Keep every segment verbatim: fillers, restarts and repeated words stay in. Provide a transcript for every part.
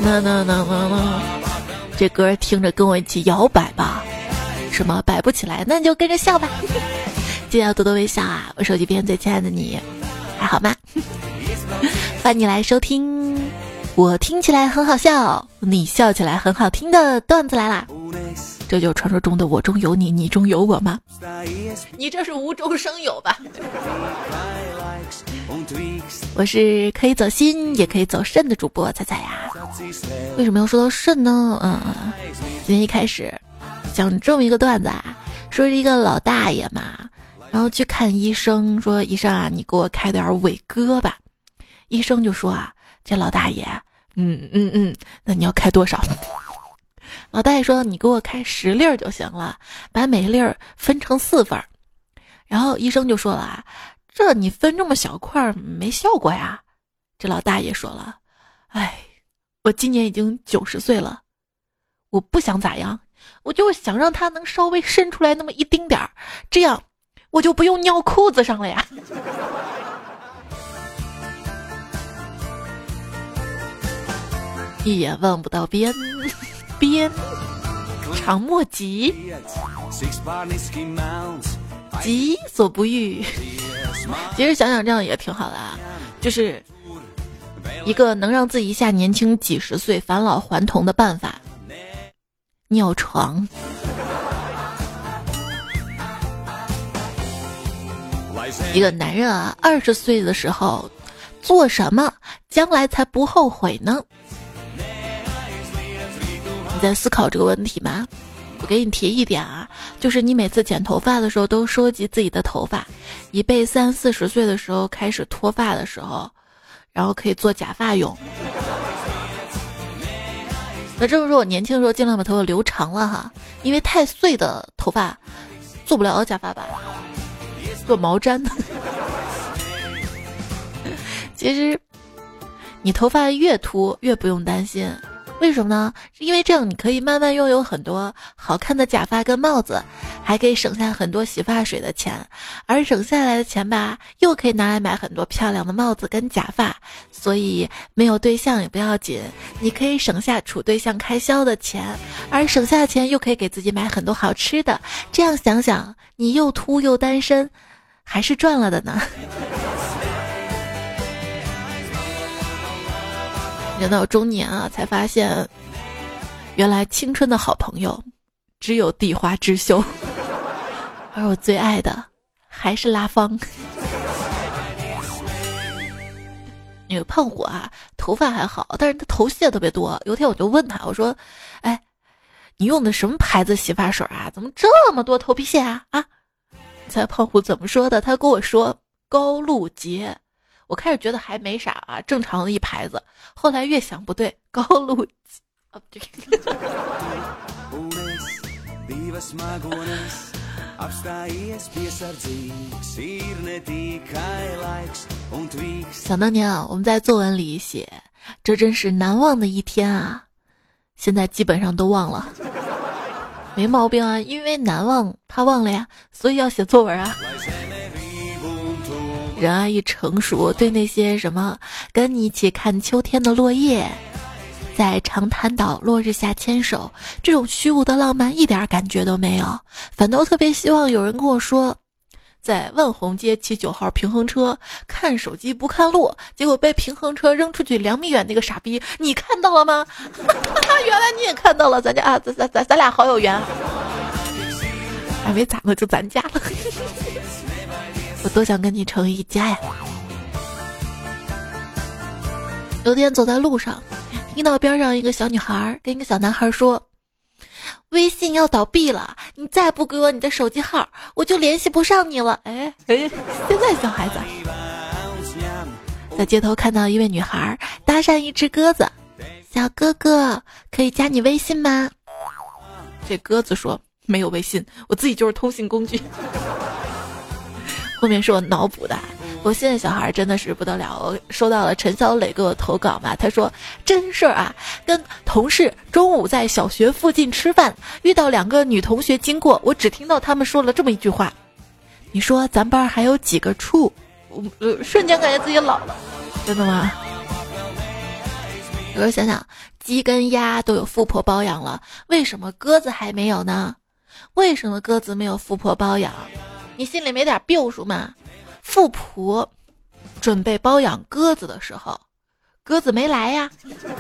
那那那那那，这歌听着跟我一起摇摆吧。什么摆不起来，那你就跟着笑吧。记得要多多微笑啊！我手机边最亲爱的你，还好吗？欢迎你来收听，我听起来很好笑，你笑起来很好听的段子来啦！这就是传说中的我中有你，你中有我吗？你这是无中生有吧？我是可以走心也可以走肾的主播彩彩呀。为什么要说到肾呢？嗯，今天一开始讲这么一个段子啊，说是一个老大爷嘛，然后去看医生，说医生啊，你给我开点伟哥吧。医生就说啊，这老大爷，嗯嗯嗯，那你要开多少？老大爷说你给我开十粒儿就行了，把每粒儿分成四份儿。然后医生就说了啊，这你分这么小块没效果呀。这老大爷说了，哎，我今年已经九十岁了，我不想咋样，我就想让他能稍微伸出来那么一丁点儿，这样我就不用尿裤子上了呀。一眼望不到边，边常莫及，己所不欲。其实想想这样也挺好的啊，就是一个能让自己一下年轻几十岁返老还童的办法，尿床。一个男人啊，二十岁的时候做什么将来才不后悔呢？你在思考这个问题吗？我给你提一点啊，就是你每次剪头发的时候都收集自己的头发，以备三四十岁的时候开始脱发的时候，然后可以做假发用。那这么说，我年轻的时候尽量把头发留长了哈，因为太碎的头发做不了假发吧，做毛毡。其实你头发越秃越不用担心，为什么呢？是因为这样你可以慢慢拥有很多好看的假发跟帽子，还可以省下很多洗发水的钱，而省下来的钱吧，又可以拿来买很多漂亮的帽子跟假发。所以没有对象也不要紧，你可以省下处对象开销的钱，而省下的钱又可以给自己买很多好吃的。这样想想，你又秃又单身，还是赚了的呢。人到中年啊，才发现原来青春的好朋友只有地花之秀，而我最爱的还是拉芳。那个胖虎啊，头发还好，但是他头屑特别多。有天我就问他，我说，哎，你用的什么牌子洗发水啊？怎么这么多头皮屑啊？啊，猜胖虎怎么说的？他跟我说高露洁。我开始觉得还没啥啊，正常的一牌子。后来越想不对，高露洁啊，不对。想当年啊，我们在作文里写，这真是难忘的一天啊。现在基本上都忘了，没毛病啊，因为难忘怕忘了呀，所以要写作文啊。人啊一成熟，对那些什么跟你一起看秋天的落叶，在长滩岛落日下牵手，这种虚无的浪漫一点感觉都没有，反倒特别希望有人跟我说，在万虹街骑九号平衡车看手机不看路，结果被平衡车扔出去两米远那个傻逼，你看到了吗？原来你也看到了，咱家啊咱咱咱咱俩好有缘，还没咋呢就咱家了。我多想跟你成为一家呀。有天走在路上，听到边上一个小女孩跟一个小男孩说，微信要倒闭了，你再不给我你的手机号，我就联系不上你了。哎哎，现在小孩子在街头看到一位女孩搭讪一只鸽子，小哥哥可以加你微信吗？这鸽子说，没有微信，我自己就是通信工具。后面是我脑补的，我现在小孩真的是不得了。我收到了陈小磊给我投稿嘛，他说真事儿啊，跟同事中午在小学附近吃饭，遇到两个女同学经过，我只听到他们说了这么一句话，你说咱班还有几个处？我、呃、瞬间感觉自己老了。真的吗？有时候想想， 鸡跟鸭都有富婆包养了，为什么鸽子还没有呢？为什么鸽子没有富婆包养？你心里没点逼数吗？富婆准备包养鸽子的时候，鸽子没来呀。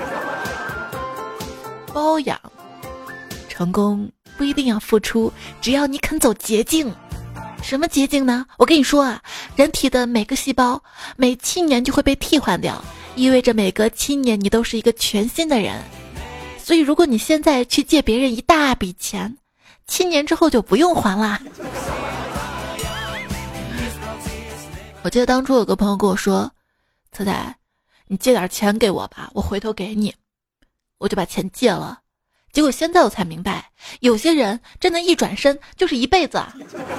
包养成功不一定要付出，只要你肯走捷径。什么捷径呢？我跟你说啊，人体的每个细胞每七年就会被替换掉，意味着每隔七年你都是一个全新的人。所以如果你现在去借别人一大笔钱，七年之后就不用还啦。我记得当初有个朋友跟我说，彩彩你借点钱给我吧，我回头给你。我就把钱借了，结果现在我才明白，有些人真的一转身就是一辈子啊。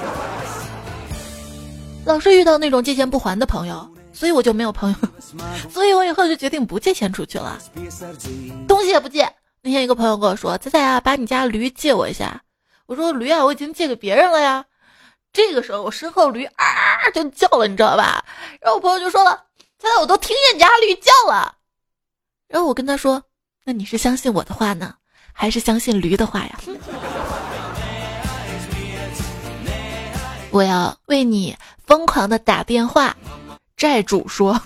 老是遇到那种借钱不还的朋友，所以我就没有朋友，所以我以后就决定不借钱出去了，东西也不借。那天一个朋友跟我说，彩彩啊，把你家驴借我一下。我说驴啊，我已经借给别人了呀。这个时候我身后驴啊就叫了，你知道吧？然后我朋友就说了，彩彩我都听见你家驴叫了。然后我跟他说，那你是相信我的话呢，还是相信驴的话呀？我要为你疯狂的打电话。债主说，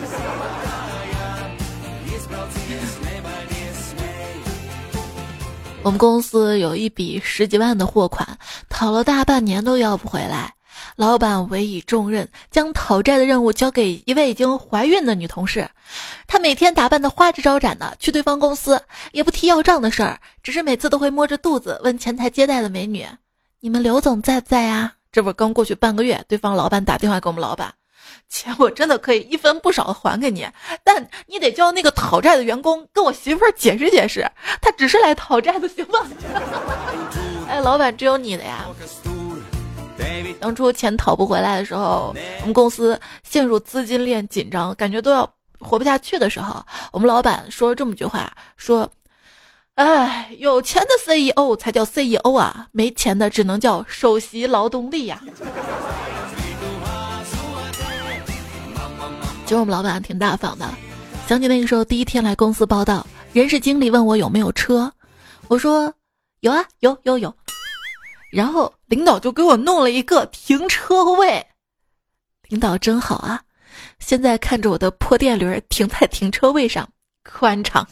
我们公司有一笔十几万的货款，讨了大半年都要不回来。老板委以重任，将讨债的任务交给一位已经怀孕的女同事。她每天打扮得花枝招展的，去对方公司也不提要账的事儿，只是每次都会摸着肚子问前台接待的美女，你们刘总在不在呀？这不刚过去半个月，对方老板打电话给我们老板，钱我真的可以一分不少的还给你，但你得叫那个讨债的员工跟我媳妇儿解释解释，他只是来讨债的，行吗？哎，老板只有你的呀。当初钱讨不回来的时候，我们公司陷入资金链紧张，感觉都要活不下去的时候，我们老板说了这么句话，说哎，有钱的 C E O 才叫 C E O 啊，没钱的只能叫首席劳动力呀。其实我们老板挺大方的，想起那个时候第一天来公司报道，人事经理问我有没有车，我说有啊，有有有。然后领导就给我弄了一个停车位，领导真好啊，现在看着我的破电驴停在停车位上，宽敞。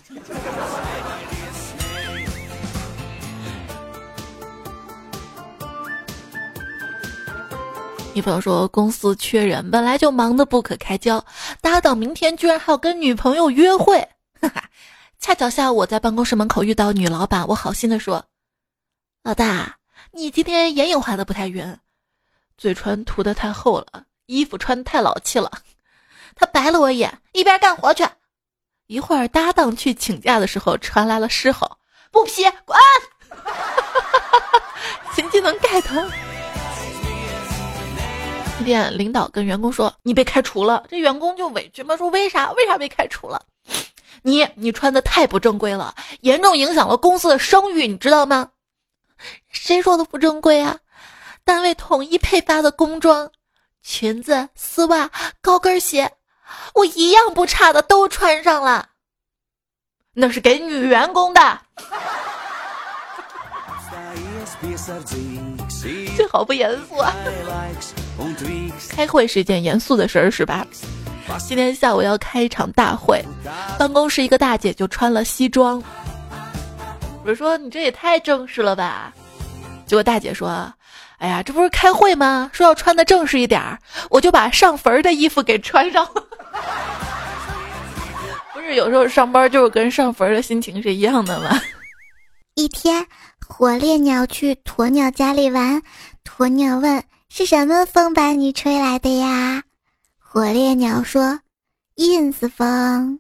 女朋友说公司缺人，本来就忙得不可开交，搭档明天居然还要跟女朋友约会，哈哈！恰巧下午我在办公室门口遇到女老板，我好心的说，老大，你今天眼影画的不太匀，嘴唇涂得太厚了，衣服穿太老气了。他白了我一眼，一边干活去。一会儿搭档去请假的时候传来了狮吼，不批滚。新技能 get。那天领导跟员工说你被开除了，这员工就委屈嘛，说为啥为啥被开除了？你你穿的太不正规了，严重影响了公司的声誉，你知道吗？谁说的不正规啊？单位统一配发的工装、裙子、丝袜、高跟鞋，我一样不差的都穿上了，那是给女员工的。最好不严肃啊。开会是一件严肃的事儿是吧？今天下午要开一场大会，办公室一个大姐就穿了西装，我说你这也太正式了吧。结果大姐说，哎呀，这不是开会吗，说要穿的正式一点儿，我就把上坟的衣服给穿上了。不是有时候上班就是跟上坟的心情是一样的吗？ 一天，火烈鸟去鸵鸟家里玩，鸵鸟问，是什么风把你吹来的呀？火烈鸟说， ins 风。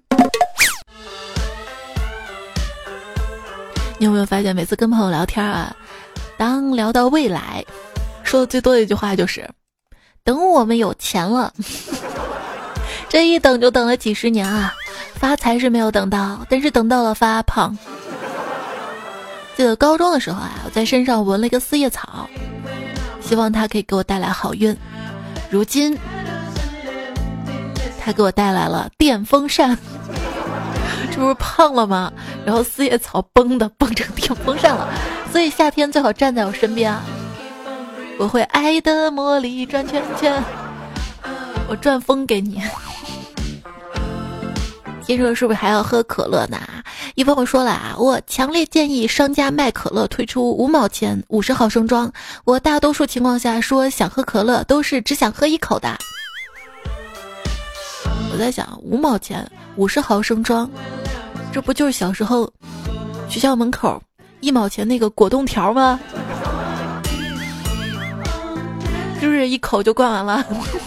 你有没有发现每次跟朋友聊天啊，当聊到未来，说的最多的一句话就是等我们有钱了。这一等就等了几十年啊，发财是没有等到，但是等到了发胖。记得高中的时候啊，我在身上纹了一个四叶草，希望它可以给我带来好运。如今它给我带来了电风扇， 这不是胖了吗？然后四叶草崩的崩成电风扇了，所以夏天最好站在我身边啊！我会爱的魔力转圈圈，我转风给你。天热是不是还要喝可乐呢？一朋友说了啊，我强烈建议商家卖可乐推出五毛钱五十毫升装。我大多数情况下说想喝可乐都是只想喝一口的。我在想五毛钱五十毫升装，这不就是小时候学校门口一毛钱那个果冻条吗？是不是一口就灌完了？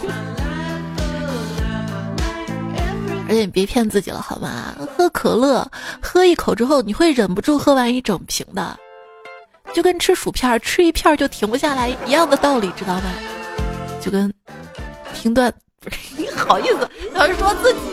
而且你别骗自己了好吗？喝可乐喝一口之后你会忍不住喝完一整瓶的，就跟吃薯片吃一片就停不下来一样的道理，知道吗？就跟听段不是你好意思老是说自己。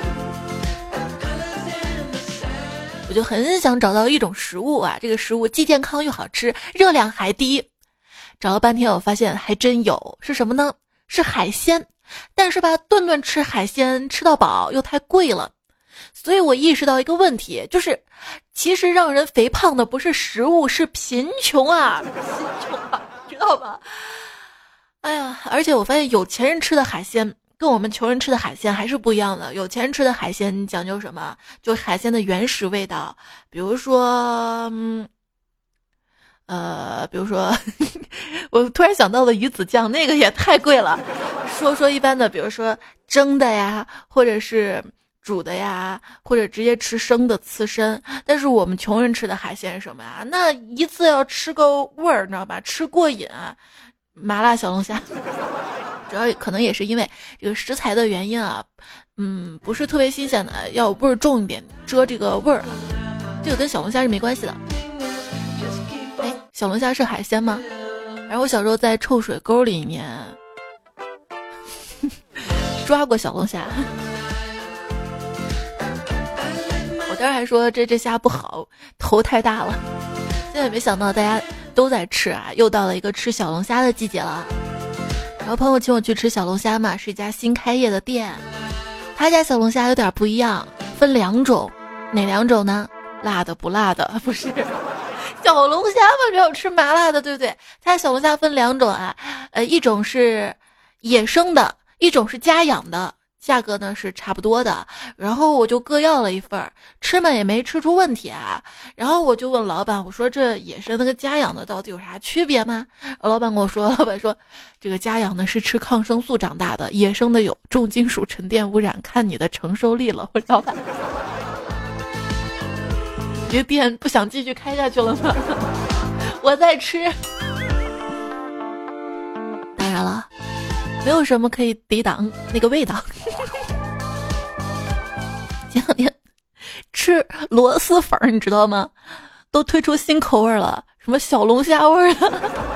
我就很想找到一种食物啊，这个食物既健康又好吃，热量还低。找了半天我发现还真有，是什么呢？是海鲜。但是吧，顿顿吃海鲜吃到饱又太贵了，所以我意识到一个问题，就是其实让人肥胖的不是食物，是贫穷啊，贫穷啊，知道吧？哎呀，而且我发现有钱人吃的海鲜跟我们穷人吃的海鲜还是不一样的。有钱人吃的海鲜讲究什么？就海鲜的原始味道，比如说，嗯。呃，比如说我突然想到了鱼子酱，那个也太贵了。说说一般的，比如说蒸的呀，或者是煮的呀，或者直接吃生的刺身。但是我们穷人吃的海鲜是什么呀？那一次要吃个味儿，你知道吧？吃过瘾啊！麻辣小龙虾，主要可能也是因为这个食材的原因啊，嗯，不是特别新鲜的，要味儿重一点，遮这个味儿。这个跟小龙虾是没关系的。哎，小龙虾是海鲜吗？然后我小时候在臭水沟里面抓过小龙虾，我当时还说这这虾不好，头太大了。现在没想到大家都在吃啊，又到了一个吃小龙虾的季节了。然后朋友请我去吃小龙虾嘛，是一家新开业的店，他家小龙虾有点不一样，分两种，哪两种呢？辣的不辣的，不是小龙虾嘛，没有吃麻辣的，对不对？它小龙虾分两种啊，呃，一种是野生的，一种是家养的，价格呢是差不多的。然后我就各要了一份儿，吃嘛也没吃出问题啊。然后我就问老板，我说这野生的跟家养的到底有啥区别吗？老板跟我说，老板说这个家养的是吃抗生素长大的，野生的有重金属沉淀污染，看你的承受力了。我说老板，这个店不想继续开下去了吗？我在吃。当然了，没有什么可以抵挡那个味道。前两天吃螺蛳粉你知道吗？都推出新口味了，什么小龙虾味了。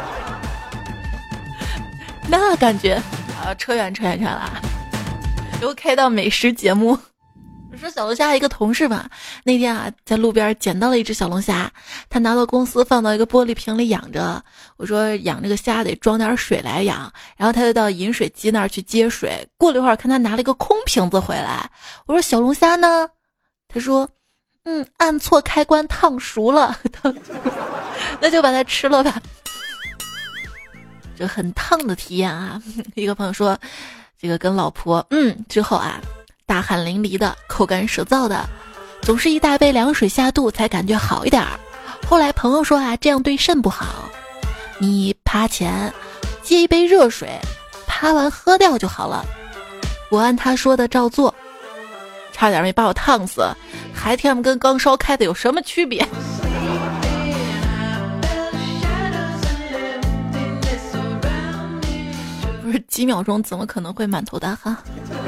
那感觉啊，扯远扯远扯了，又开到美食节目。我说小龙虾一个同事吧，那天啊在路边捡到了一只小龙虾，他拿到公司放到一个玻璃瓶里养着。我说养这个虾得装点水来养，然后他就到饮水机那儿去接水。过了一会儿看他拿了一个空瓶子回来，我说小龙虾呢？他说嗯按错开关烫熟了，那就把它吃了吧。这很烫的体验啊。一个朋友说这个跟老婆嗯之后啊大汗淋漓的，口干舌燥的，总是一大杯凉水下肚才感觉好一点儿。后来朋友说啊，这样对肾不好，你趴前接一杯热水，趴完喝掉就好了。我按他说的照做，差点没把我烫死，还他们跟刚烧开的有什么区别？不是几秒钟怎么可能会满头大汗？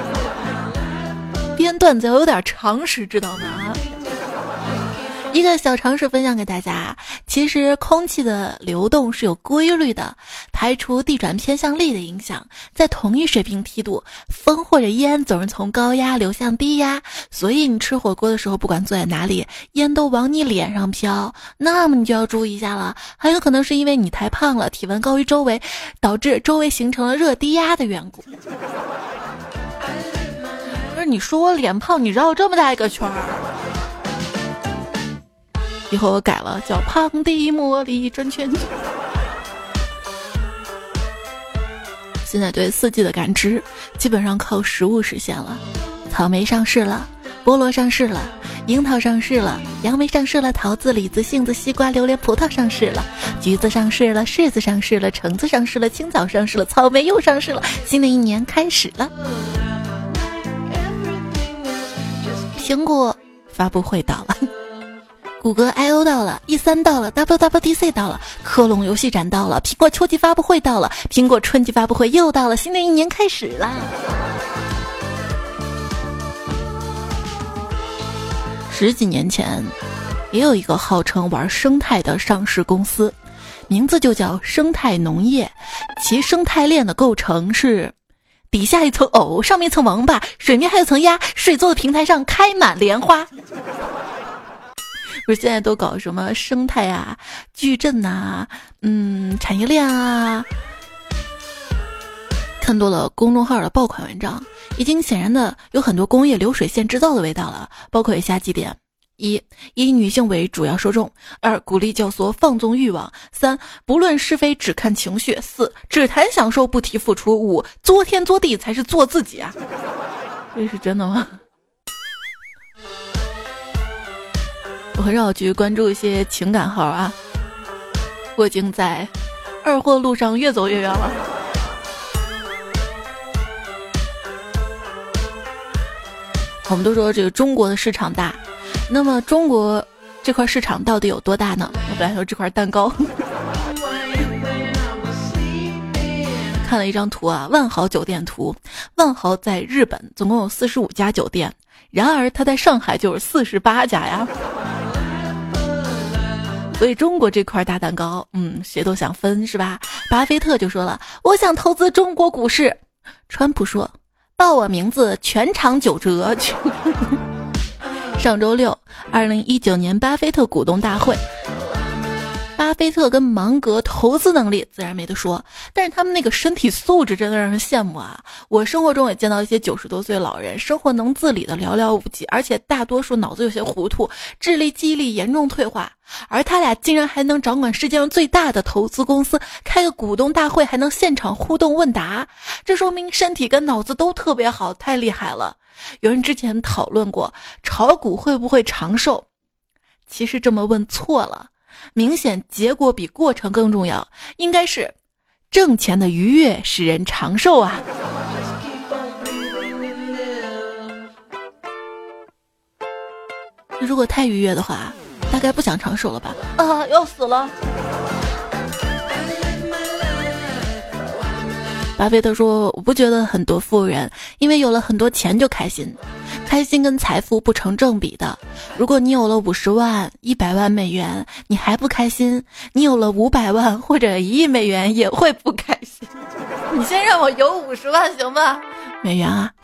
编段子要有点常识，知道吗？一个小常识分享给大家，其实空气的流动是有规律的，排除地转偏向力的影响，在同一水平梯度，风或者烟总是从高压流向低压，所以你吃火锅的时候，不管坐在哪里，烟都往你脸上飘，那么你就要注意一下了，很有可能是因为你太胖了，体温高于周围，导致周围形成了热低压的缘故。不是你说我脸胖，你绕这么大一个圈儿。 以后我改了，叫胖地茉莉转圈圈。现在对四季的感知基本上靠食物实现了。草莓上市了，菠萝上市了，樱桃上市了，杨梅上市了，桃子、李子、杏子、西瓜、榴莲、葡萄上市了，橘子上市了，柿子上市了，橙子上市了，青枣上市了，草莓又上市了。新的一年开始了。苹果发布会到了，谷歌 I O 到了， E 三 到了， W W D C 到了，科隆游戏展到了，苹果秋季发布会到了，苹果春季发布会又到了，新的一年开始啦。十几年前也有一个号称玩生态的上市公司，名字就叫生态农业，其生态链的构成是底下一层藕，上面一层王八，水面还有层鸭，水做的平台上开满莲花。不是现在都搞什么生态啊、矩阵啊、嗯产业链啊，看多了公众号的爆款文章，已经显然的有很多工业流水线制造的味道了，包括以下几点：一、以女性为主要受众；二、鼓励教唆放纵欲望；三、不论是非只看情绪；四、只谈享受不提付出；五、作天作地才是做自己啊！这是真的吗？我很少去关注一些情感号啊，我已经在二货路上越走越远了。我们都说这个中国的市场大，那么中国这块市场到底有多大呢？我本来说这块蛋糕看了一张图啊，万豪酒店图，万豪在日本总共有四十五家酒店，然而它在上海就有四十八家呀。所以中国这块大蛋糕，嗯，谁都想分是吧？巴菲特就说了，我想投资中国股市。川普说，报我名字全场九折。上周六，二零一九年巴菲特股东大会，巴菲特跟芒格投资能力自然没得说，但是他们那个身体素质真的让人羡慕啊！我生活中也见到一些九十多岁老人，生活能自理的寥寥无几，而且大多数脑子有些糊涂，智力记忆力严重退化，而他俩竟然还能掌管世界上最大的投资公司，开个股东大会还能现场互动问答，这说明身体跟脑子都特别好，太厉害了。有人之前讨论过炒股会不会长寿，其实这么问错了，明显结果比过程更重要，应该是挣钱的愉悦使人长寿啊。如果太愉悦的话，大概不想长寿了吧？啊，要死了！巴菲特说，我不觉得很多富人因为有了很多钱就开心，开心跟财富不成正比的。如果你有了五十万、一百万美元，你还不开心，你有了五百万或者一亿美元也会不开心。你先让我有五十万行吧？美元啊！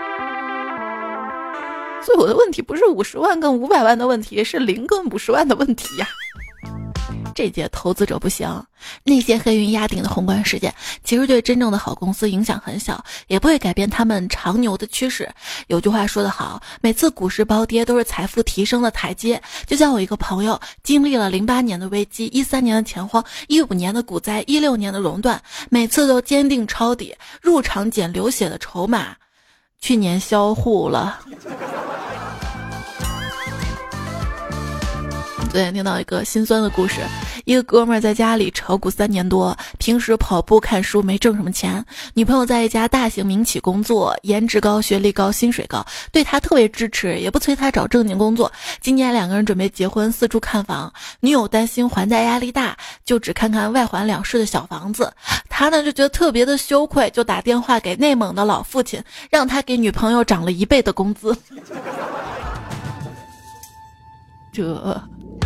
所以我的问题不是五十万跟五百万的问题，是零跟五十万的问题呀。这届投资者不行，那些黑云压顶的宏观事件其实对真正的好公司影响很小，也不会改变他们长牛的趋势。有句话说得好，每次股市暴跌都是财富提升的台阶。就像我一个朋友经历了零八年的危机、一三年的钱荒、一五年的股灾、一六年的熔断，每次都坚定抄底，入场捡流血的筹码，去年销户了。昨天听到一个心酸的故事，一个哥们儿在家里炒股三年多，平时跑步看书没挣什么钱，女朋友在一家大型民企工作，颜值高、学历高、薪水高，对他特别支持，也不催他找正经工作。今年两个人准备结婚，四处看房，女友担心还贷压力大，就只看看外环两室的小房子。他呢就觉得特别的羞愧，就打电话给内蒙的老父亲，让他给女朋友涨了一倍的工资。这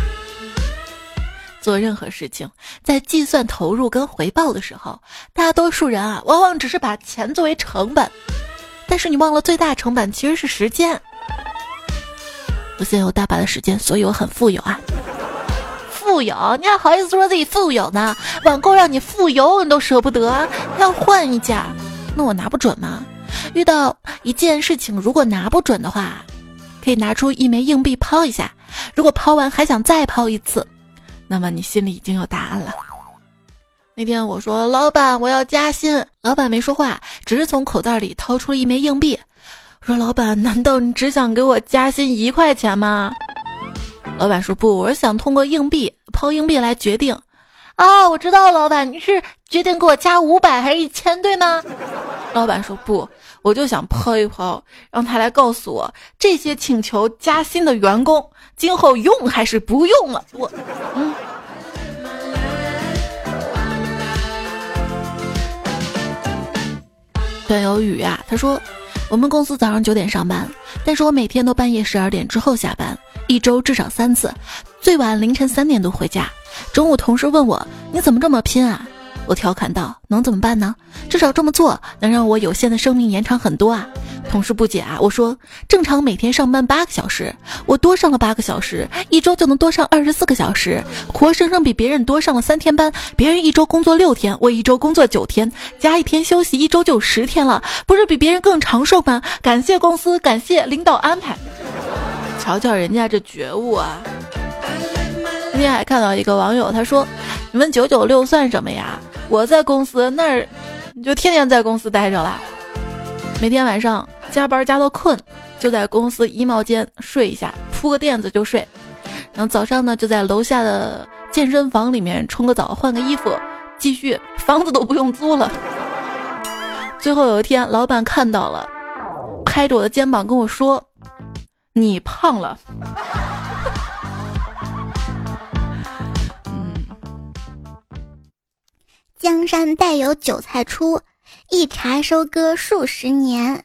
做任何事情，在计算投入跟回报的时候，大多数人啊，往往只是把钱作为成本，但是你忘了最大成本其实是时间。我现在有大把的时间，所以我很富有啊。富有？你还好意思说自己富有呢？网购让你富有你都舍不得，还要换一家，那我拿不准吗？遇到一件事情如果拿不准的话，可以拿出一枚硬币抛一下， 如果抛完还想再抛一次，那么你心里已经有答案了。那天我说老板我要加薪，老板没说话，只是从口袋里掏出了一枚硬币。我说老板，难道你只想给我加薪一块钱吗？老板说不，我是想通过硬币抛硬币来决定。啊，我知道老板，你是决定给我加五百还是一千对吗？老板说不，我就想抛一抛，让他来告诉我这些请求加薪的员工今后用还是不用了。我嗯。段有雨啊，他说我们公司早上九点上班，但是我每天都半夜十二点之后下班，一周至少三次，最晚凌晨三点多回家。中午同事问我你怎么这么拼啊？我调侃道，能怎么办呢？至少这么做能让我有限的生命延长很多啊。同事不解啊，我说正常每天上班八个小时，我多上了八个小时，一周就能多上二十四个小时，活生生比别人多上了三天班。别人一周工作六天，我一周工作九天，加一天休息，一周就有十天了，不是比别人更长寿吗？感谢公司，感谢领导安排。瞧瞧人家这觉悟啊！今天还看到一个网友，他说你们九九六算什么呀？我在公司那儿就天天在公司待着啦，每天晚上加班加到困，就在公司衣帽间睡一下，铺个垫子就睡，然后早上呢就在楼下的健身房里面冲个澡，换个衣服，继续，房子都不用租了。最后有一天老板看到了，拍着我的肩膀跟我说你胖了。 江山代有韭菜出，一茬收割数十年。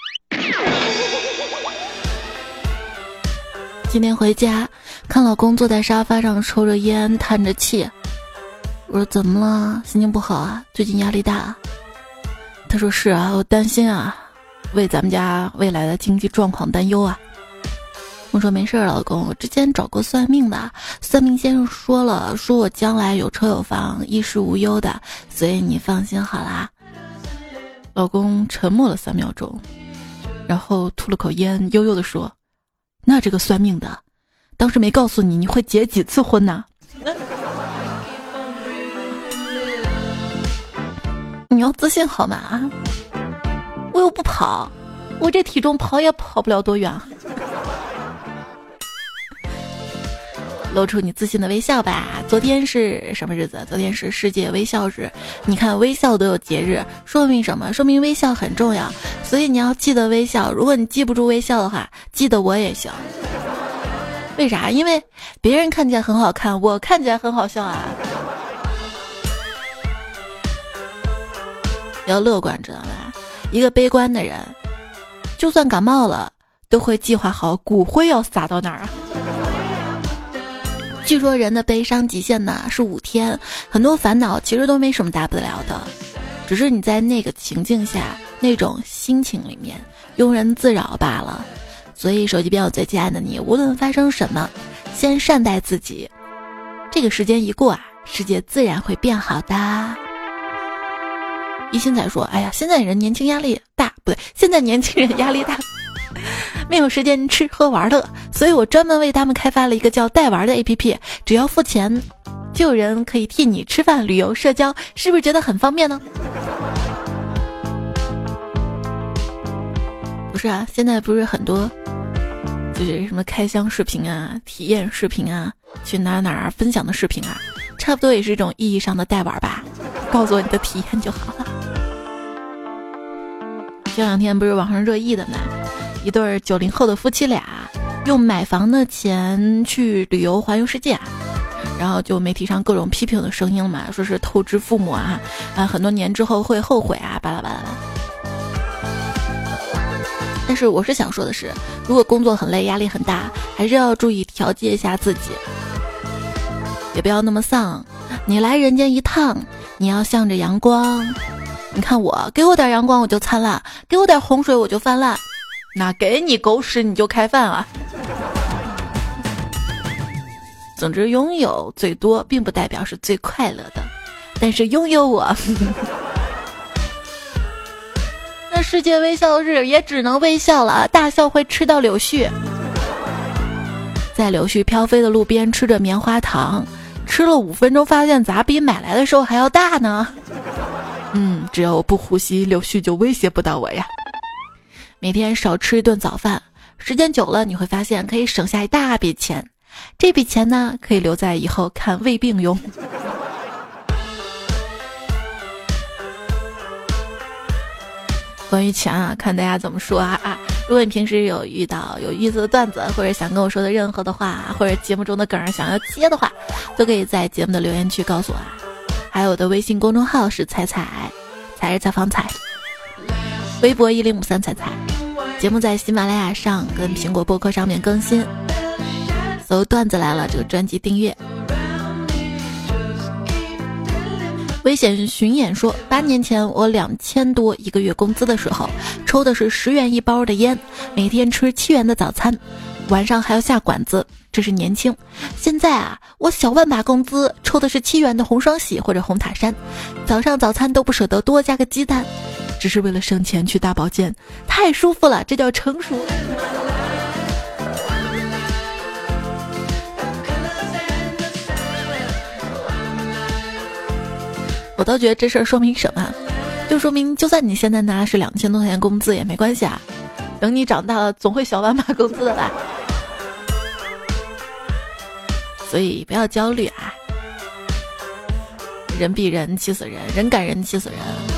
今天回家看老公坐在沙发上抽着烟叹着气，我说怎么了？心情不好啊？最近压力大？他说是啊，我担心啊，为咱们家未来的经济状况担忧啊。我说没事老公，我之前找过算命的，算命先生说了，说我将来有车有房，衣食无忧的，所以你放心好啦。老公沉默了三秒钟，然后吐了口烟，悠悠地说，那这个算命的当时没告诉你你会结几次婚呢？你要自信好吗？我又不跑，我这体重跑也跑不了多远。露出你自信的微笑吧。昨天是什么日子？昨天是世界微笑日。你看微笑都有节日，说明什么？说明微笑很重要，所以你要记得微笑。如果你记不住微笑的话，记得我也行。为啥？因为别人看起来很好看，我看起来很好笑啊。要乐观，知道吧？一个悲观的人，就算感冒了，都会计划好骨灰要撒到哪儿啊。据说人的悲伤极限呢是五天，很多烦恼其实都没什么大不了的，只是你在那个情境下那种心情里面庸人自扰罢了。所以手机边有最亲爱的你，无论发生什么，先善待自己，这个时间一过啊，世界自然会变好的。一心才说，哎呀，现在人年轻压力大，不对，现在年轻人压力大，没有时间吃喝玩乐，所以我专门为他们开发了一个叫带玩的 A P P， 只要付钱就有人可以替你吃饭旅游社交，是不是觉得很方便呢？不是啊，现在不是很多就是什么开箱视频啊，体验视频啊，去哪哪儿分享的视频啊，差不多也是一种意义上的带玩吧，告诉我你的体验就好了。这两天不是网上热议的吗？一对九零后的夫妻俩用买房的钱去旅游环游世界，然后就媒体上各种批评的声音嘛，说是透支父母啊，啊很多年之后会后悔啊，巴拉巴拉巴拉。但是我是想说的是，如果工作很累，压力很大，还是要注意调节一下自己，也不要那么丧。你来人间一趟，你要向着阳光。你看我，给我点阳光我就灿烂，给我点洪水我就泛滥，那给你狗屎你就开饭啊。总之，拥有最多并不代表是最快乐的，但是拥有我那世界微笑日也只能微笑了，大笑会吃到柳絮。 在柳絮飘飞的路边吃着棉花糖，吃了五分钟发现咋比买来的时候还要大呢？嗯，只要我不呼吸，柳絮就威胁不到我呀。每天少吃一顿早饭，时间久了你会发现可以省下一大笔钱，这笔钱呢可以留在以后看胃病用。关于钱啊，看大家怎么说啊啊！如果你平时有遇到有意思的段子，或者想跟我说的任何的话，或者节目中的梗儿想要接的话，都可以在节目的留言区告诉我啊。还有我的微信公众号是彩彩，彩是采访彩，微博一零五三彩彩。节目在喜马拉雅上跟苹果播客上面更新，搜段子来了这个专辑订阅。危险巡演说，八年前我两千多一个月工资的时候，抽的是十元一包的烟，每天吃七元的早餐，晚上还要下馆子，这是年轻。现在啊，我小万把工资抽的是七元的红双喜或者红塔山，早上早餐都不舍得多加个鸡蛋，只是为了省钱去大保健，太舒服了，这叫成熟。我倒觉得这事儿说明什么？就说明就算你现在拿的是两千多块钱工资也没关系啊，等你长大了总会小万把工资的吧。所以不要焦虑啊，人比人气死人，人赶人气死人。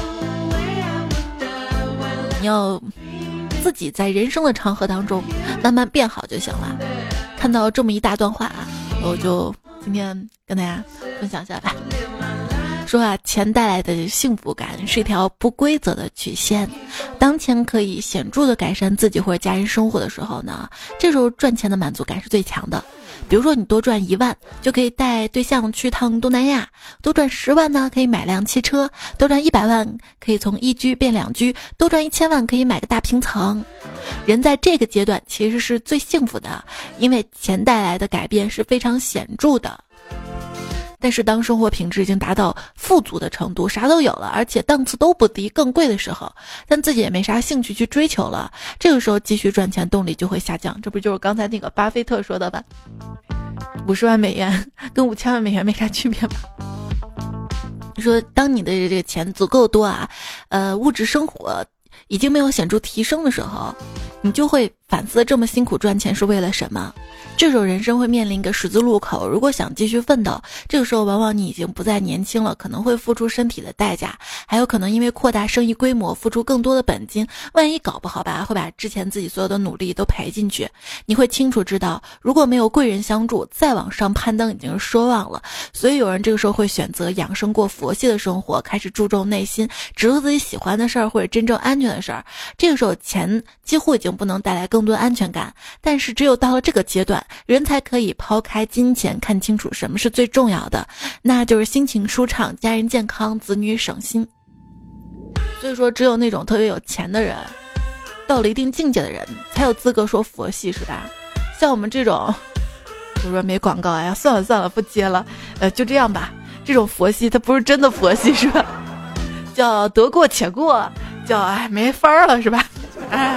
你要自己在人生的长河当中慢慢变好就行了。看到这么一大段话啊，我就今天跟大家分享一下吧。说啊，钱带来的幸福感是一条不规则的曲线。当钱可以显著的改善自己或者家人生活的时候呢，这时候赚钱的满足感是最强的。比如说你多赚一万就可以带对象去趟东南亚，多赚十万呢可以买辆汽车，多赚一百万可以从一居变两居，多赚一千万可以买个大平层。人在这个阶段其实是最幸福的，因为钱带来的改变是非常显著的。但是当生活品质已经达到富足的程度，啥都有了，而且档次都不低，更贵的时候，但自己也没啥兴趣去追求了，这个时候继续赚钱动力就会下降。这不就是刚才那个巴菲特说的吧？五十万美元跟五千万美元没啥区别吧？说当你的这个钱足够多啊，呃，物质生活已经没有显著提升的时候，你就会反思这么辛苦赚钱是为了什么。这时候人生会面临一个十字路口，如果想继续奋斗，这个时候往往你已经不再年轻了，可能会付出身体的代价，还有可能因为扩大生意规模付出更多的本金，万一搞不好吧，会把之前自己所有的努力都赔进去。你会清楚知道，如果没有贵人相助，再往上攀登已经是奢望了。所以有人这个时候会选择养生过佛系的生活，开始注重内心，只做自己喜欢的事儿或者真正安全的事儿。这个时候钱几乎已经不能带来更多安全感，但是只有到了这个阶段，人才可以抛开金钱，看清楚什么是最重要的，那就是心情舒畅、家人健康、子女省心。所以说只有那种特别有钱的人，到了一定境界的人才有资格说佛系，是吧？像我们这种就说没广告，哎呀算了算了不接了，呃就这样吧，这种佛系它不是真的佛系，是吧？叫得过且过，叫哎没法了，是吧？哎，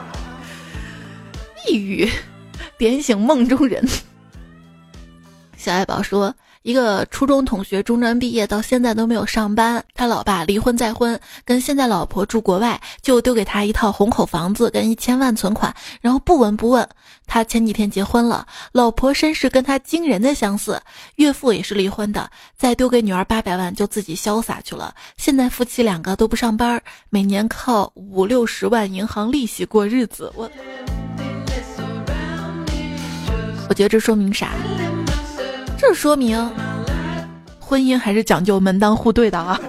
一语点醒梦中人。小爱宝说，一个初中同学中专毕业到现在都没有上班，他老爸离婚再婚，跟现在老婆住国外，就丢给他一套红口房子跟一千万存款，然后不闻不问。他前几天结婚了，老婆身世跟他惊人的相似，岳父也是离婚的，再丢给女儿八百万就自己潇洒去了。现在夫妻两个都不上班，每年靠五六十万银行利息过日子。我我觉得这说明啥？这说明婚姻还是讲究门当户对的啊。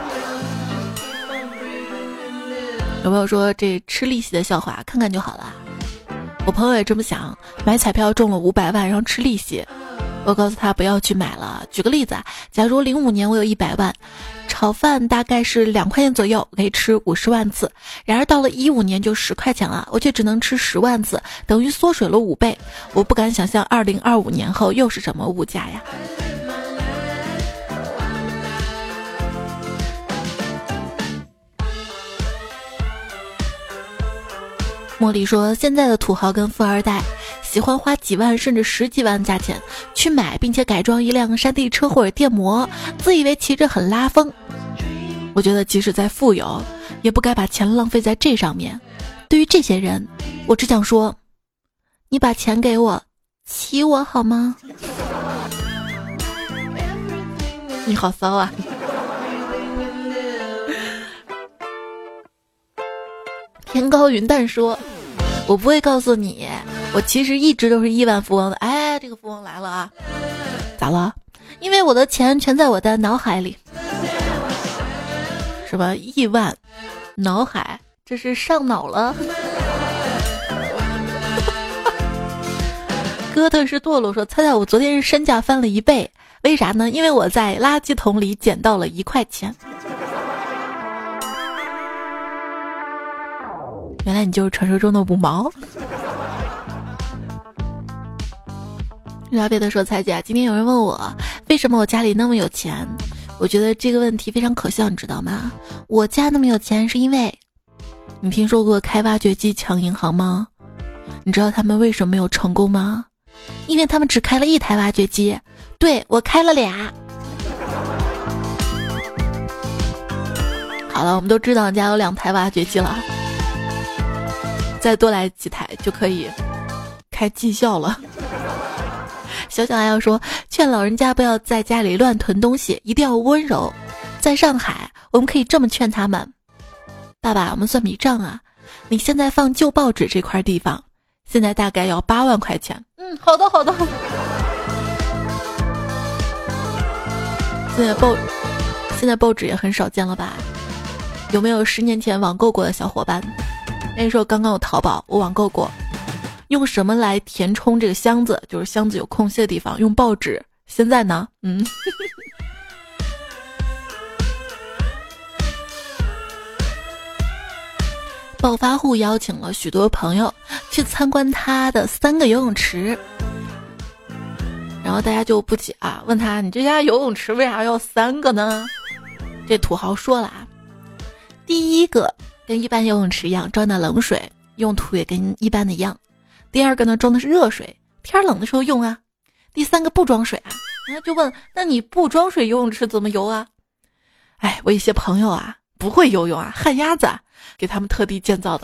有朋友说这吃利息的笑话看看就好了，我朋友也这么想，买彩票中了五百万然后吃利息，我告诉他不要去买了。举个例子啊，假如零五年我有一百万，炒饭大概是两块钱左右，可以吃五十万次，然而到了一五年就十块钱了，我却只能吃十万次，等于缩水了五倍。我不敢想象二零二五年后又是什么物价呀。茉莉说，现在的土豪跟富二代喜欢花几万甚至十几万价钱去买并且改装一辆山地车或者电摩，自以为骑着很拉风。我觉得即使再富有，也不该把钱浪费在这上面。对于这些人，我只想说，你把钱给我，骑我好吗？你好骚啊！天高云淡说，我不会告诉你，我其实一直都是亿万富翁的。哎，这个富翁来了啊！咋了？因为我的钱全在我的脑海里。什么亿万？脑海？这是上脑了？哥特式堕落说，猜猜我昨天是身价翻了一倍，为啥呢？因为我在垃圾桶里捡到了一块钱。原来你就是传说中的五毛。拉贝特说，彩姐，今天有人问我为什么我家里那么有钱，我觉得这个问题非常可笑，你知道吗？我家那么有钱是因为，你听说过开挖掘机抢银行吗？你知道他们为什么没有成功吗？因为他们只开了一台挖掘机，对，我开了俩。好了，我们都知道你家有两台挖掘机了，再多来几台就可以开技校了。小小爱要说，劝老人家不要在家里乱囤东西，一定要温柔。在上海，我们可以这么劝他们：爸爸，我们算笔账啊，你现在放旧报纸这块地方，现在大概要八万块钱。嗯，好的好的。现在报现在报纸也很少见了吧？有没有十年前网购过的小伙伴？那时候刚刚有淘宝，我网购过。用什么来填充这个箱子？就是箱子有空隙的地方，用报纸。现在呢？嗯。暴发户邀请了许多朋友去参观他的三个游泳池，然后大家就不解啊，问他：“你这家游泳池为啥要三个呢？”这土豪说了啊，第一个跟一般游泳池一样装的冷水，用途也跟一般的一样。第二个呢，装的是热水，天冷的时候用啊。第三个不装水啊，然后就问，那你不装水游泳池怎么游啊？哎，我一些朋友啊不会游泳啊，旱鸭子啊，给他们特地建造的。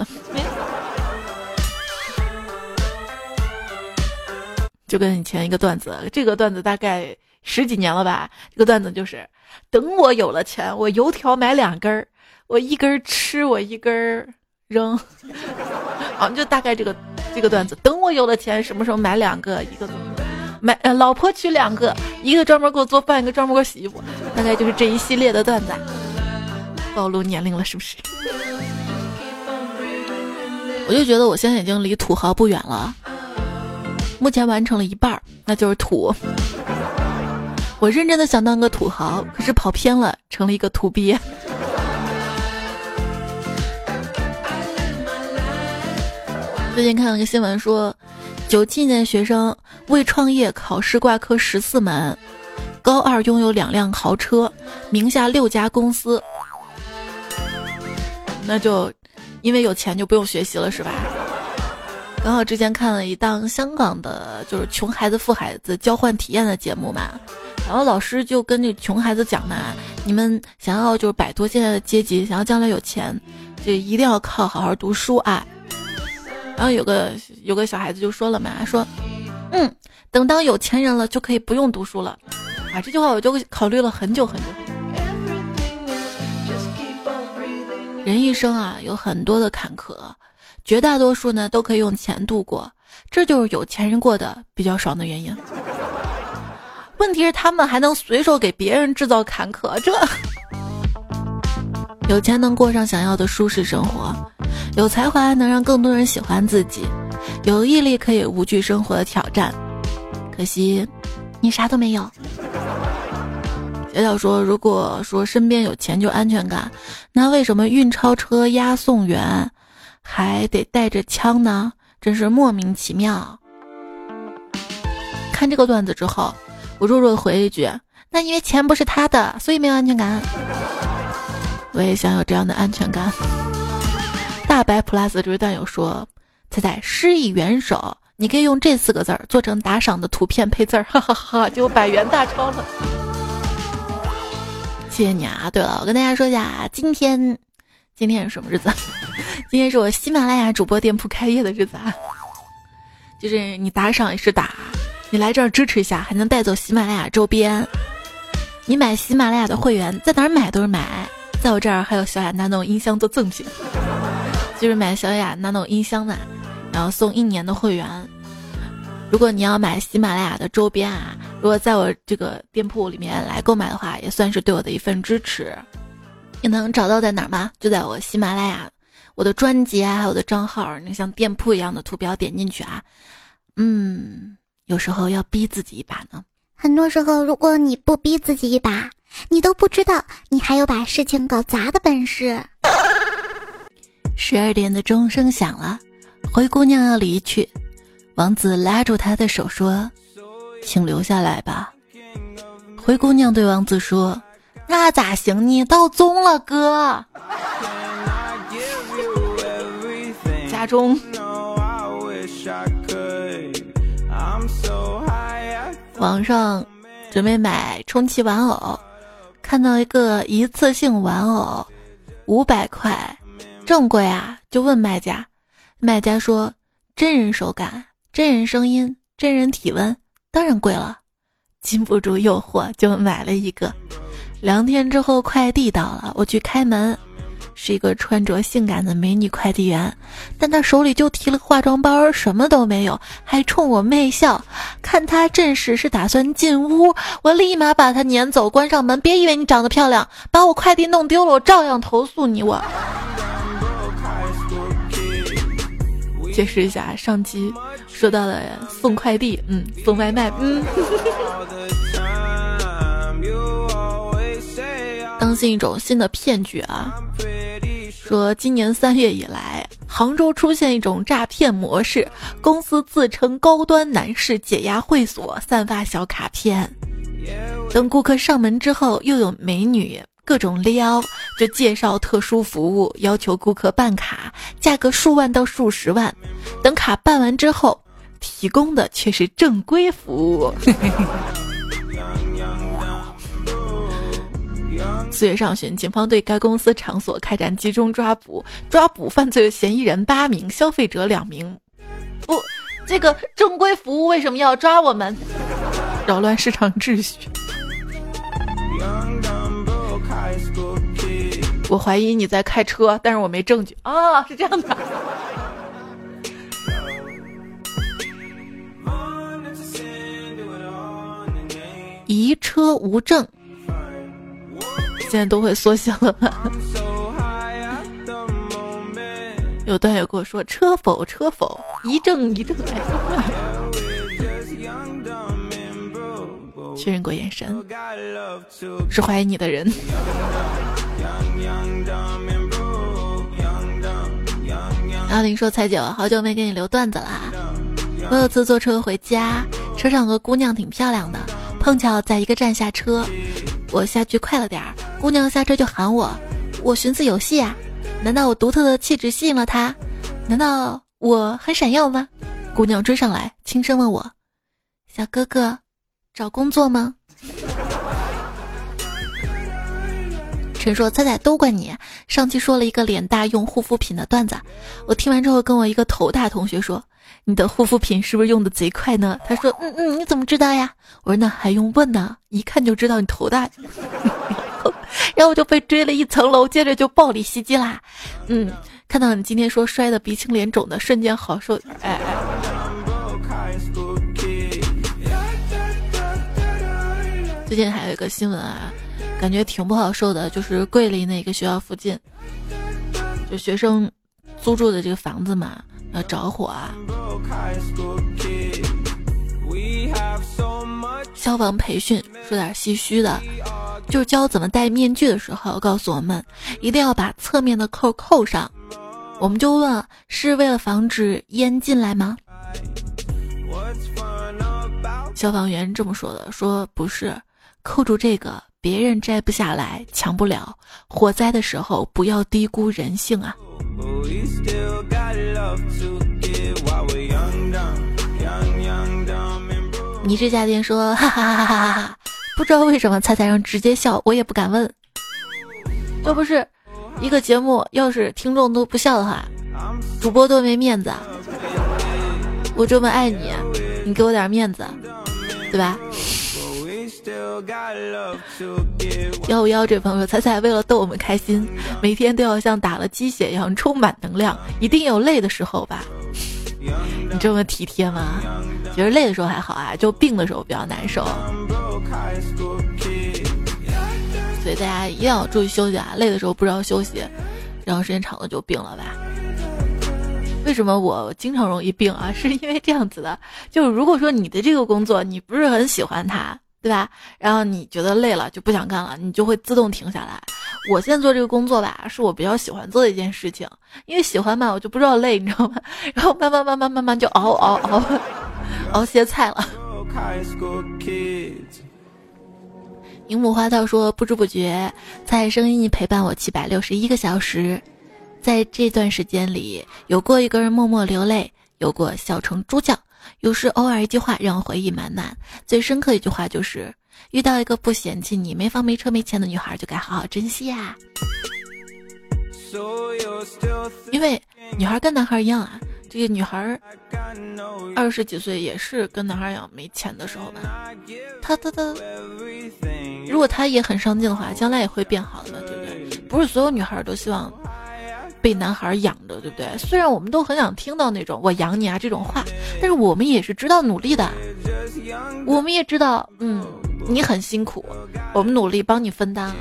就跟以前一个段子，这个段子大概十几年了吧。这个段子就是，等我有了钱，我油条买两根儿，我一根吃，我一根扔。啊，就大概这个这个段子。等我有了钱，什么时候买两个，一个买呃老婆娶两个，一个专门给我做饭，一个专门给我洗衣服，大概就是这一系列的段子。暴露年龄了是不是？我就觉得我现在已经离土豪不远了，目前完成了一半，那就是土。我认真的想当个土豪，可是跑偏了，成了一个土鳖。最近看了个新闻说，九七年学生为创业考试挂科十四门，高二拥有两辆豪车，名下六家公司。那就因为有钱就不用学习了是吧？刚好之前看了一档香港的就是穷孩子富孩子交换体验的节目嘛，然后老师就跟这穷孩子讲嘛，你们想要就是摆脱现在的阶级，想要将来有钱，就一定要靠好好读书啊。然后有个有个小孩子就说了嘛，说嗯等当有钱人了就可以不用读书了啊。这句话我就考虑了很久很久。人一生啊有很多的坎坷，绝大多数呢都可以用钱度过，这就是有钱人过得比较爽的原因。问题是他们还能随手给别人制造坎坷，这有钱能过上想要的舒适生活，有才华能让更多人喜欢自己，有毅力可以无惧生活的挑战，可惜你啥都没有。小小说，如果说身边有钱就安全感，那为什么运钞车押送员还得带着枪呢？真是莫名其妙。看这个段子之后，我弱弱的回一句，那因为钱不是他的，所以没有安全感。我也想有这样的安全感。大白 plus 这位段友说，彩彩施以援手， 你可以用这四个字儿做成打赏的图片配字儿，哈哈哈，就百元大钞了。谢谢你啊！对了，我跟大家说一下，今天今天是什么日子？今天是我喜马拉雅主播店铺开业的日子啊！就是你打赏也是打，你来这儿支持一下，还能带走喜马拉雅周边。你买喜马拉雅的会员，在哪儿买都是买，在我这儿还有小雅那种音箱做赠品，就是买小雅那种音箱的，然后送一年的会员。如果你要买喜马拉雅的周边啊，如果在我这个店铺里面来购买的话，也算是对我的一份支持。你能找到在哪儿吗？就在我喜马拉雅我的专辑啊，还有我的账号，那像店铺一样的图标点进去啊。嗯，有时候要逼自己一把呢。 很多时候，如果你不逼自己一把，你都不知道你还有把事情搞砸的本事。 十二点的钟声响了，灰姑娘要离去，王子拉住她的手说：“请留下来吧。”灰姑娘对王子说：“那咋行呢？到宗了，哥。”家中网上准备买充气玩偶，看到一个一次性玩偶五百块，正贵啊，就问卖家，卖家说真人手感、真人声音、真人体温，当然贵了。禁不住诱惑，就买了一个。两天之后快递到了，我去开门，是一个穿着性感的美女快递员，但她手里就提了个化妆包，什么都没有，还冲我媚笑。看她阵势是打算进屋，我立马把她撵走，关上门。别以为你长得漂亮，把我快递弄丢了，我照样投诉你。我解释一下，上期说到了送快递，嗯，送外卖，嗯。当心一种新的骗局啊！说今年三月以来，杭州出现一种诈骗模式，公司自称高端男士解压会所，散发小卡片。等顾客上门之后，又有美女各种撩，就介绍特殊服务，要求顾客办卡，价格数万到数十万。等卡办完之后，提供的却是正规服务。四月上旬，警方对该公司场所开展集中抓捕，抓捕犯罪嫌疑人八名，消费者两名。不，这个正规服务为什么要抓我们？扰乱市场秩序。我怀疑你在开车，但是我没证据啊，是这样的。移车无证。现在都会缩小了吧？有段友跟我说车否车否，一正一正来。确认过眼神，是怀疑你的人。阿玲说：“彩九，好久没给你留段子啦。我有次坐车回家，车上有个姑娘挺漂亮的，碰巧在一个站下车。”我下去快了点儿，姑娘下车就喊我，我寻思有戏啊，难道我独特的气质吸引了她？难道我很闪耀吗？姑娘追上来，轻声问我，小哥哥，找工作吗？陈说，彩彩都怪你，上期说了一个脸大用护肤品的段子，我听完之后跟我一个头大同学说，你的护肤品是不是用的贼快呢？他说嗯嗯，你怎么知道呀？我说那还用问呢，一看就知道你头大。然后我就被追了一层楼，接着就暴力袭击啦。嗯，看到你今天说摔的鼻青脸肿的，瞬间好受。哎哎，最近还有一个新闻啊，感觉挺不好受的，就是桂林那个学校附近，就学生租住的这个房子嘛，要着火啊。消防培训说点唏嘘的，就是教怎么戴面具的时候，告诉我们一定要把侧面的扣扣上。我们就问，是为了防止烟进来吗？消防员这么说的，说不是，扣住这个别人摘不下来，抢不了，火灾的时候不要低估人性啊。 你是夏天说哈哈哈哈哈哈，不知道为什么彩彩让直接笑，我也不敢问。这不是一个节目，要是听众都不笑的话，主播多没面子啊！我这么爱你，你给我点面子，对吧？幺五幺这朋友说，彩彩为了逗我们开心，每天都要像打了鸡血一样充满能量，一定有累的时候吧？你这么体贴吗？其实累的时候还好啊，就病的时候比较难受。所以大家一定要注意休息啊，累的时候不知道休息，然后时间长了就病了吧。为什么我经常容易病啊？是因为这样子的，就如果说你的这个工作你不是很喜欢它，对吧？然后你觉得累了就不想干了，你就会自动停下来。我现在做这个工作吧，是我比较喜欢做的一件事情，因为喜欢嘛，我就不知道累，你知道吗？然后慢慢慢慢慢慢就熬熬熬熬歇菜了。樱木花道说，不知不觉在声音陪伴我七百六十一个小时，在这段时间里，有过一个人默默流泪，有过笑成猪叫，有时偶尔一句话让我回忆满满。最深刻一句话就是，遇到一个不嫌弃你没房没车没钱的女孩，就该好好珍惜啊。因为女孩跟男孩一样啊，这个女孩二十几岁也是跟男孩一样没钱的时候吧，她她她如果她也很上进的话，将来也会变好的，对不对？不是所有女孩都希望被男孩养的，对不对？虽然我们都很想听到那种我养你啊这种话，但是我们也是知道努力的，我们也知道嗯你很辛苦，我们努力帮你分担。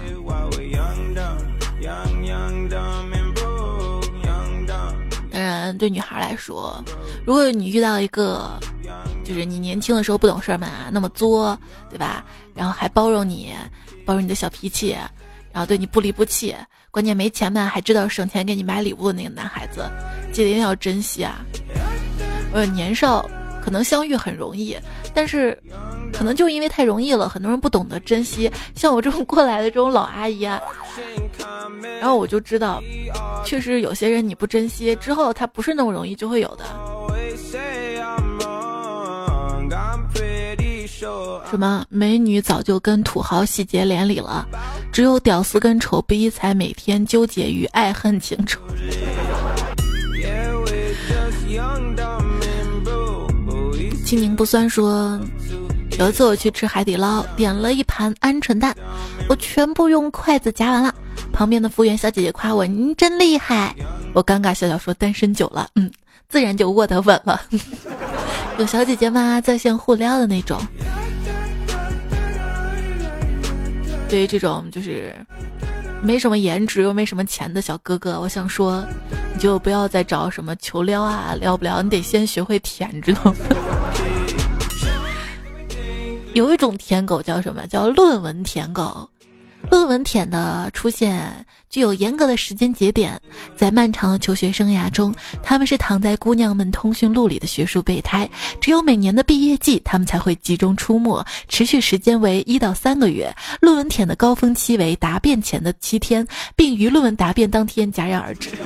当然对女孩来说，如果你遇到一个就是你年轻的时候不懂事儿嘛，那么作，对吧？然后还包容你，包容你的小脾气，然后对你不离不弃，关键没钱嘛还知道省钱给你买礼物的那个男孩子，记得一定要珍惜啊。呃，年少可能相遇很容易，但是可能就因为太容易了，很多人不懂得珍惜，像我这种过来的这种老阿姨啊，然后我就知道确实有些人你不珍惜之后他不是那么容易就会有的。什么美女早就跟土豪喜结连理了，只有屌丝跟丑逼才每天纠结于爱恨情仇。青柠不酸说，有一次我去吃海底捞，点了一盘鹌鹑蛋，我全部用筷子夹完了，旁边的服务员小姐姐夸我您真厉害，我尴尬笑笑说单身久了，嗯，自然就握得稳了。有小姐姐吗？在线互撩的那种。对于这种就是没什么颜值又没什么钱的小哥哥，我想说你就不要再找什么求撩啊，撩不撩你得先学会舔，知道吗？有一种舔狗叫什么？叫论文舔狗。论文舔的出现具有严格的时间节点，在漫长的求学生涯中，他们是躺在姑娘们通讯录里的学术备胎，只有每年的毕业季他们才会集中出没，持续时间为一到三个月。论文舔的高峰期为答辩前的七天，并于论文答辩当天戛然而止。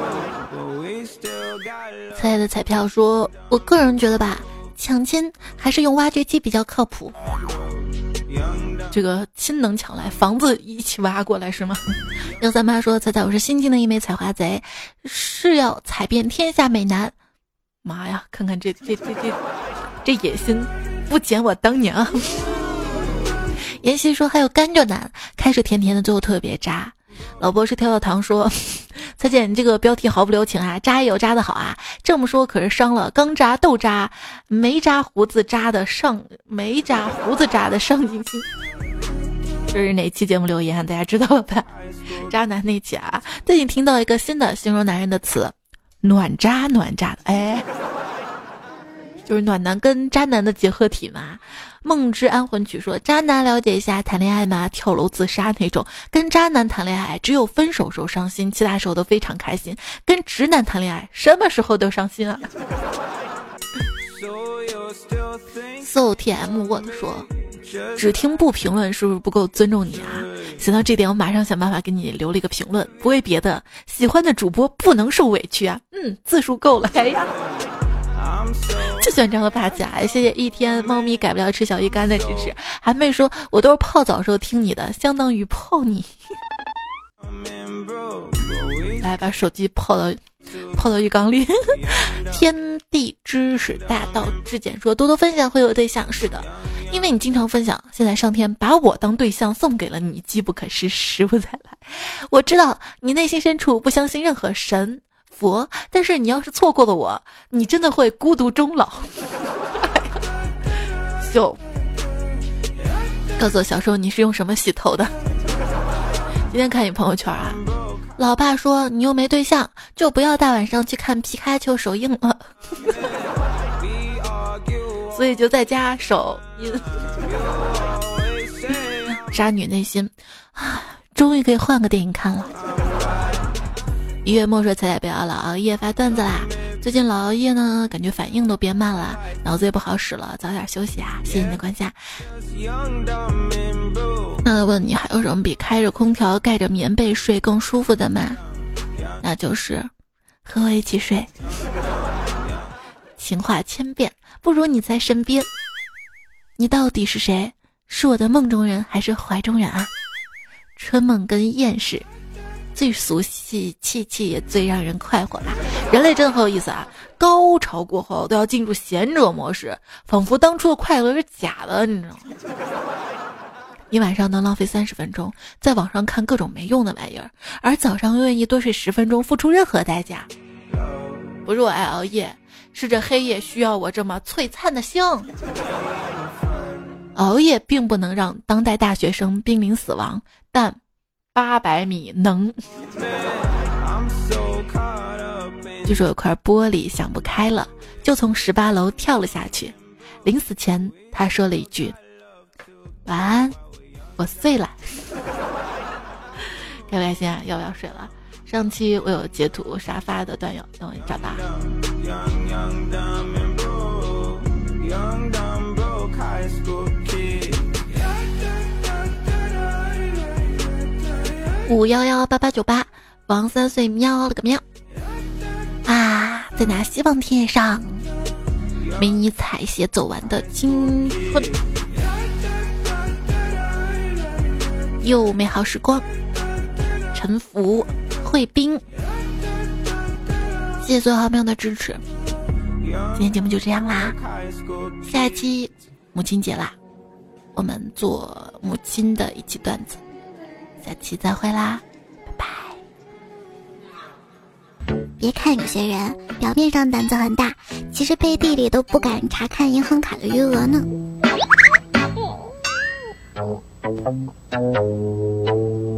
猜的彩票说，我个人觉得吧，抢亲还是用挖掘机比较靠谱，这个亲能抢来，房子一起挖过来是吗？幺三八说，彩彩我是新进的一枚采花贼，是要采遍天下美男。妈呀，看看这这这这这野心，不减我当年啊！妍希说还有甘蔗男，开始甜甜的，最后特别渣。老博士跳跳糖说，彩姐你这个标题毫不留情啊，渣也有渣的好啊，这么说可是伤了刚渣豆渣没渣胡子渣的上没渣胡子渣的上进心。这是哪期节目留言大家知道了吧？渣男那期啊。最近听到一个新的形容男人的词，暖渣暖渣的，哎，就是暖男跟渣男的结合体嘛。梦之安魂曲说，渣男了解一下，谈恋爱嘛，跳楼自杀那种，跟渣男谈恋爱只有分手时候伤心，其他时候都非常开心，跟直男谈恋爱什么时候都伤心啊。So T M 我的说，只听不评论是不是不够尊重你啊？想到这点，我马上想办法给你留了一个评论，不为别的，喜欢的主播不能受委屈啊。嗯，字数够了。哎呀， 就喜欢这样的霸气啊！谢谢一天猫咪改不了吃小鱼干的支持，还没说我都是泡澡时候听你的，相当于泡你。来把手机泡到泡到浴缸里。天地知识大道至简说，多多分享会有对象，是的，因为你经常分享，现在上天把我当对象送给了你，机不可失，时不再来。我知道你内心深处不相信任何神佛，但是你要是错过了我，你真的会孤独终老。就告诉我小时候你是用什么洗头的。今天看你朋友圈啊，老爸说你又没对象，就不要大晚上去看皮卡丘首映了。所以就在家首映。渣女内心啊，终于可以换个电影看了。一月末说彩彩不要老熬夜发段子啦，最近老熬夜呢，感觉反应都变慢了，脑子也不好使了，早点休息啊！谢谢你的关心。那问你还有什么比开着空调盖着棉被睡更舒服的吗？那就是和我一起睡。情话千遍，不如你在身边。你到底是谁？是我的梦中人还是怀中人啊？春梦跟厌世最俗气，气气也最让人快活吧。人类真的很有意思啊！高潮过后都要进入贤者模式，仿佛当初的快乐是假的，你知道吗？一晚上能浪费三十分钟在网上看各种没用的玩意儿，而早上愿意多睡十分钟，付出任何代价。不是我爱熬夜，是这黑夜需要我这么璀璨的星。熬夜并不能让当代大学生濒临死亡，但八百米能。据说有块玻璃想不开了，就从十八楼跳了下去。临死前他说了一句晚安，我碎了。开不开心啊？要不要睡了？上期我有截图沙发的段友，等我找到。五幺幺八八九八，王三岁喵了个喵啊！在那希望天上，没你采撷走完的青春，又美好时光。陈福、慧冰，谢谢所有好朋友的支持。今天节目就这样啦，下一期母亲节啦，我们做母亲的一期段子，下期再会啦，拜拜。 别看有些人表面上胆子很大，其实背地里都不敢查看银行卡的余额呢。